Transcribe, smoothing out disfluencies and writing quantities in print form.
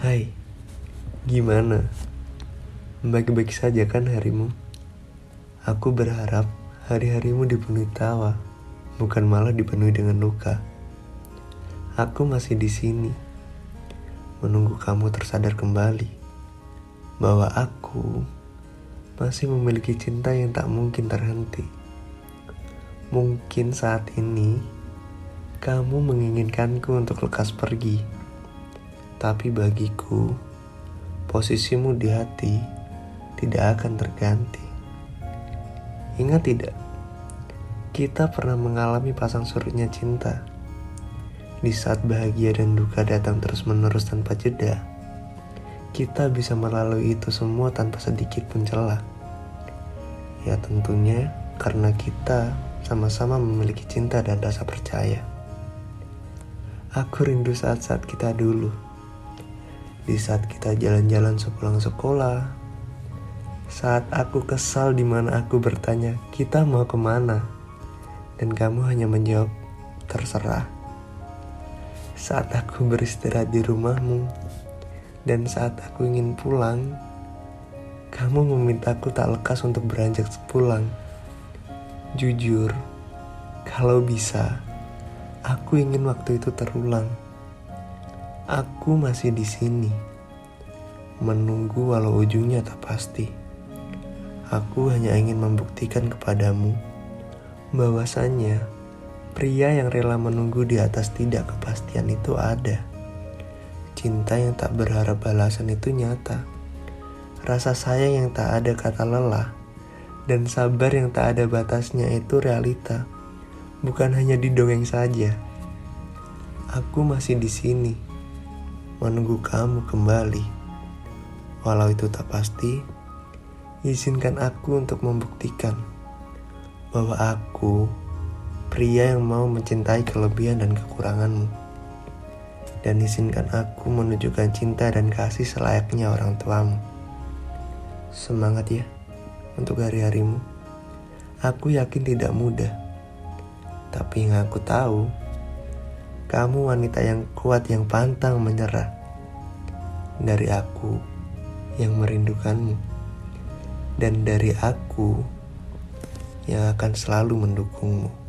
Hai, gimana? Baik-baik saja kan harimu? Aku berharap hari-harimu dipenuhi tawa, bukan malah dipenuhi dengan luka. Aku masih di sini, menunggu kamu tersadar kembali bahwa aku masih memiliki cinta yang tak mungkin terhenti. Mungkin saat ini kamu menginginkanku untuk lekas pergi, tapi bagiku posisimu di hati tidak akan terganti. Ingat tidak? Kita pernah mengalami pasang surutnya cinta. Di saat bahagia dan duka datang terus-menerus tanpa jeda, kita bisa melalui itu semua tanpa sedikit pun celah. Ya tentunya karena kita sama-sama memiliki cinta dan rasa percaya. Aku rindu saat-saat kita dulu. Di saat kita jalan-jalan sepulang sekolah, saat aku kesal di mana aku bertanya, kita mau kemana? Dan kamu hanya menjawab, terserah. Saat aku beristirahat di rumahmu, dan saat aku ingin pulang, kamu memintaku tak lekas untuk beranjak pulang. Jujur, kalau bisa, aku ingin waktu itu terulang. Aku masih di sini, menunggu walau ujungnya tak pasti. Aku hanya ingin membuktikan kepadamu bahwasannya pria yang rela menunggu di atas tidak kepastian itu ada. Cinta yang tak berharap balasan itu nyata. Rasa sayang yang tak ada kata lelah dan sabar yang tak ada batasnya itu realita. Bukan hanya di dongeng saja. Aku masih di sini, menunggu kamu kembali. Walau itu tak pasti, izinkan aku untuk membuktikan bahwa aku pria yang mau mencintai kelebihan dan kekuranganmu. Dan izinkan aku menunjukkan cinta dan kasih selayaknya orang tuamu. Semangat ya untuk hari-harimu. Aku yakin tidak mudah, tapi yang aku tahu, kamu wanita yang kuat yang pantang menyerah. Dari aku yang merindukanmu, dan dari aku yang akan selalu mendukungmu.